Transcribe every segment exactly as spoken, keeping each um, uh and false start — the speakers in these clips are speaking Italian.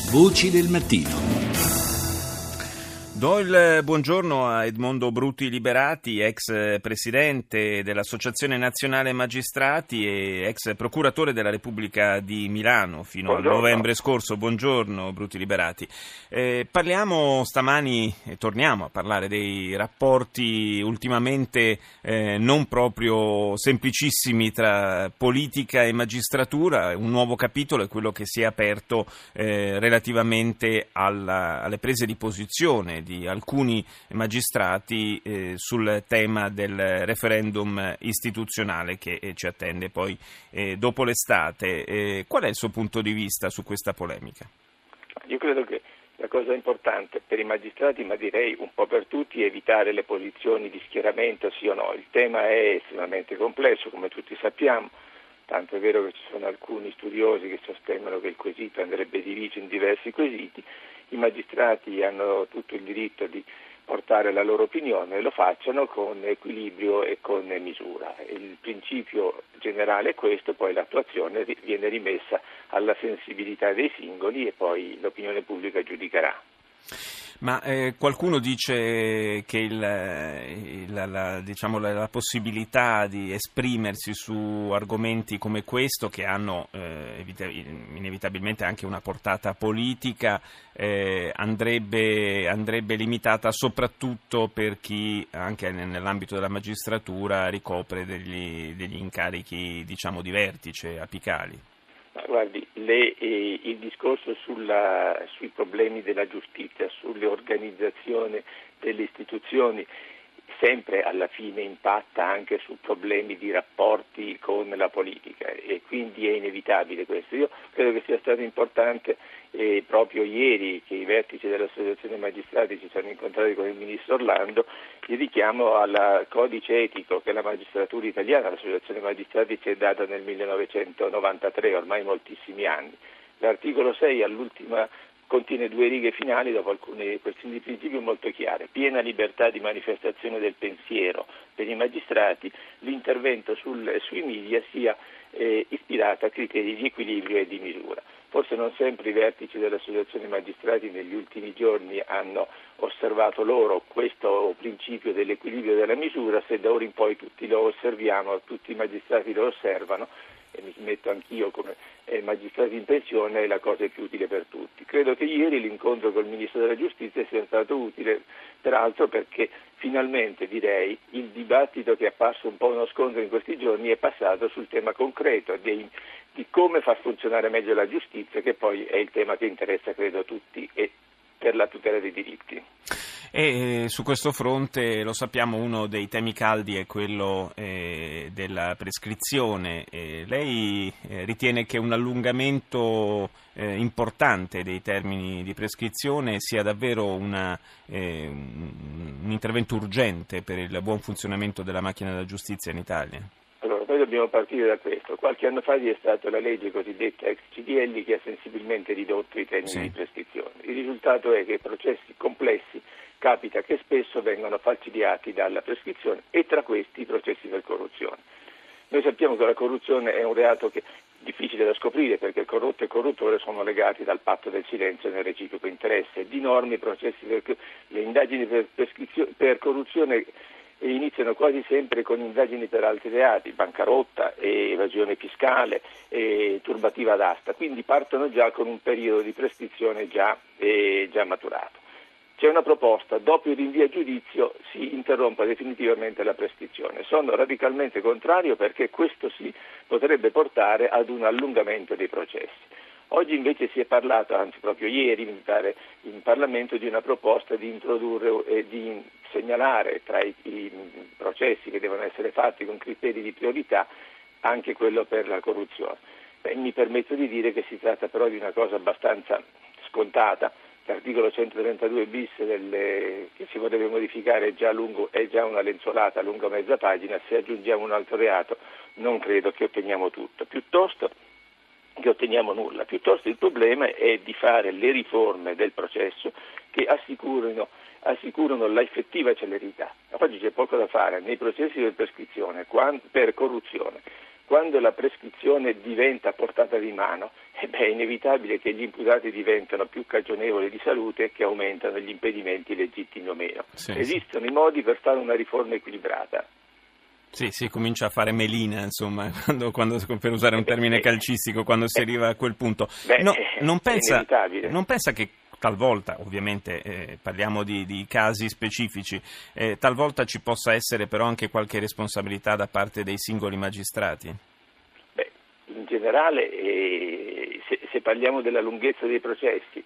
Voci del mattino. Do il buongiorno a Edmondo Bruti Liberati, ex presidente dell'Associazione Nazionale Magistrati e ex procuratore della Repubblica di Milano fino Buongiorno. a novembre scorso. Buongiorno Bruti Liberati. Eh, parliamo stamani, e torniamo a parlare dei rapporti ultimamente eh, non proprio semplicissimi tra politica e magistratura. Un nuovo capitolo è quello che si è aperto eh, relativamente alla, alle prese di posizione di alcuni magistrati eh, sul tema del referendum istituzionale che eh, ci attende poi eh, dopo l'estate. Eh, qual è il suo punto di vista su questa polemica? Io credo che la cosa importante per i magistrati, ma direi un po' per tutti, è evitare le posizioni di schieramento sì o no. Il tema è estremamente complesso, come tutti sappiamo, tanto è vero che ci sono alcuni studiosi che sostengono che il quesito andrebbe diviso in diversi quesiti. I magistrati hanno tutto il diritto di portare la loro opinione e lo facciano con equilibrio e con misura. Il principio generale è questo, poi l'attuazione viene rimessa alla sensibilità dei singoli e poi l'opinione pubblica giudicherà. Ma eh, qualcuno dice che il, il, la, la, diciamo, la, la possibilità di esprimersi su argomenti come questo, che hanno eh, inevitabilmente anche una portata politica, eh, andrebbe, andrebbe limitata soprattutto per chi anche nell'ambito della magistratura ricopre degli, degli incarichi, diciamo, di vertice, apicali. Guardi, le, eh, il discorso sulla, sui problemi della giustizia, sull'organizzazione delle istituzioni, sempre alla fine impatta anche su problemi di rapporti con la politica e quindi è inevitabile questo. Io credo che sia stato importante eh, proprio ieri che i vertici dell'Associazione Magistrati si sono incontrati con il Ministro Orlando, il richiamo al codice etico che la magistratura italiana, l'Associazione Magistrati ci è data nel millenovecentonovantatré, ormai moltissimi anni. L'articolo sei all'ultima contiene due righe finali dopo alcune questioni di principio molto chiare: piena libertà di manifestazione del pensiero per i magistrati, l'intervento sul, sui media sia eh, ispirato a criteri di equilibrio e di misura. Forse non sempre i vertici dell'Associazione Magistrati negli ultimi giorni hanno osservato loro questo principio dell'equilibrio e della misura, se da ora in poi tutti lo osserviamo, tutti i magistrati lo osservano, e mi metto anch'io come eh, magistrato in pensione, la cosa è più utile per tutti. Credo che ieri l'incontro col Ministro della Giustizia sia stato utile, peraltro perché finalmente, direi, il dibattito che è apparso un po' uno scontro in questi giorni è passato sul tema concreto dei, di come far funzionare meglio la giustizia, che poi è il tema che interessa, credo, a tutti e per la tutela dei diritti. E su questo fronte, lo sappiamo, uno dei temi caldi è quello eh, della prescrizione. Eh, lei eh, ritiene che un allungamento eh, importante dei termini di prescrizione sia davvero una, eh, un intervento urgente per il buon funzionamento della macchina della giustizia in Italia? Allora, noi dobbiamo partire da questo. Qualche anno fa vi è stata la legge cosiddetta ex C D L che ha sensibilmente ridotto i termini sì. di prescrizione. Il risultato è che processi complessi capita che spesso vengono falcidiati dalla prescrizione e tra questi i processi per corruzione. Noi sappiamo che la corruzione è un reato che è difficile da scoprire perché il corrotto e il corruttore sono legati dal patto del silenzio nel reciproco interesse. Di norma i processi per, le indagini per, per corruzione iniziano quasi sempre con indagini per altri reati, bancarotta, evasione fiscale, e turbativa d'asta, quindi partono già con un periodo di prescrizione già, eh, già maturato. C'è una proposta, dopo il rinvio a giudizio si interrompa definitivamente la prescrizione. Sono radicalmente contrario perché questo sì potrebbe portare ad un allungamento dei processi. Oggi invece si è parlato, anzi proprio ieri mi pare, in Parlamento di una proposta di introdurre e di segnalare tra i, i processi che devono essere fatti con criteri di priorità anche quello per la corruzione. Beh, mi permetto di dire che si tratta però di una cosa abbastanza scontata. L'articolo centotrentadue bis delle, che si vorrebbe modificare è già, lungo, è già una lenzuolata lunga mezza pagina, se aggiungiamo un altro reato non credo che otteniamo tutto, piuttosto che otteniamo nulla, piuttosto il problema è di fare le riforme del processo che assicurino, assicurano l'effettiva celerità. Oggi c'è poco da fare nei processi per prescrizione, per corruzione. quando la prescrizione diventa a portata di mano, eh beh, è inevitabile che gli imputati diventano più cagionevoli di salute e che aumentano gli impedimenti legittimi o meno. Sì, Esistono sì. i modi per fare una riforma equilibrata. Sì, si comincia a fare melina, insomma, quando, quando, per usare un termine calcistico, quando si arriva a quel punto. Beh, No, non, pensa, inevitabile. non pensa che talvolta, ovviamente eh, parliamo di, di casi specifici, eh, talvolta ci possa essere però anche qualche responsabilità da parte dei singoli magistrati? Beh, in generale, eh, se, se parliamo della lunghezza dei processi,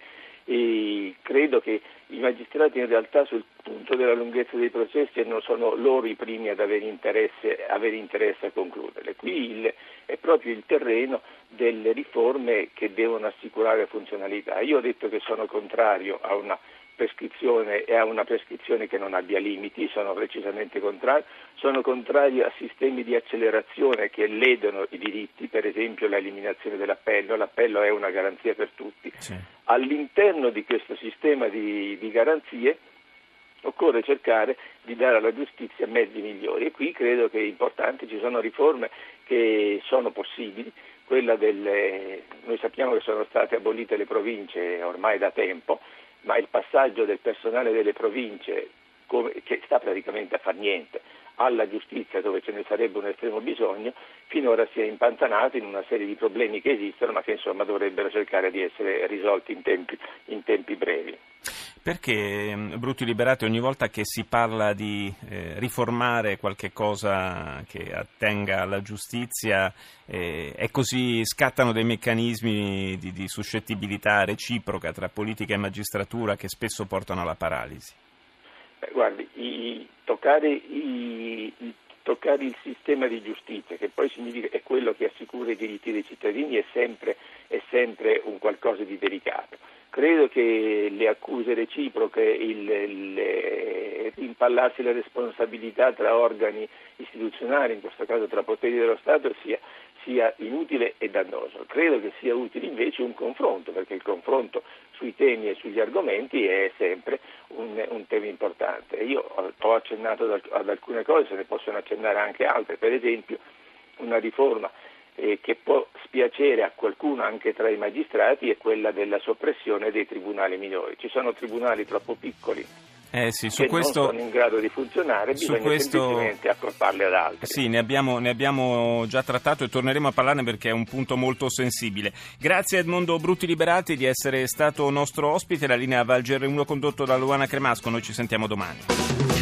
e credo che i magistrati in realtà sul punto della lunghezza dei processi non sono loro i primi ad avere interesse, avere interesse a concluderle. Qui il, è proprio il terreno delle riforme che devono assicurare funzionalità. Io ho detto che sono contrario a una prescrizione e a una prescrizione che non abbia limiti, sono precisamente contrario, sono contrario a sistemi di accelerazione che ledono i diritti, per esempio l'eliminazione dell'appello, l'appello è una garanzia per tutti. Sì. All'interno di questo sistema di, di garanzie occorre cercare di dare alla giustizia mezzi migliori e qui credo che è importante, ci sono riforme che sono possibili, quella delle, noi sappiamo che sono state abolite le province ormai da tempo, ma il passaggio del personale delle province, come, che sta praticamente a far niente, alla giustizia dove ce ne sarebbe un estremo bisogno, finora si è impantanato in una serie di problemi che esistono ma che insomma dovrebbero cercare di essere risolti in tempi, in tempi brevi. Perché, Bruti Liberati, ogni volta che si parla di eh, riformare qualche cosa che attenga alla giustizia, eh, è così, scattano dei meccanismi di, di suscettibilità reciproca tra politica e magistratura che spesso portano alla paralisi? Beh, guardi, i, toccare, i, i, toccare il sistema di giustizia, che poi significa è quello che assicura i diritti dei cittadini, è sempre, è sempre un qualcosa di delicato. Credo che le accuse reciproche, il, il impallarsi le responsabilità tra organi istituzionali, in questo caso tra poteri dello Stato, sia, sia inutile e dannoso. Credo che sia utile invece un confronto, perché il confronto sui temi e sugli argomenti è sempre un, un tema importante. Io ho accennato ad alcune cose, se ne possono accennare anche altre, per esempio una riforma Eh, che può spiacere a qualcuno anche tra i magistrati è quella della soppressione dei tribunali minori. Ci sono tribunali troppo piccoli eh sì, su che questo, non sono in grado di funzionare, bisogna questo, semplicemente accorparli ad altri. Sì, ne abbiamo, ne abbiamo già trattato e torneremo a parlarne perché è un punto molto sensibile. Grazie a Edmondo Bruti Liberati di essere stato nostro ospite. La linea va al G R uno condotto da Luana Cremasco. Noi ci sentiamo domani.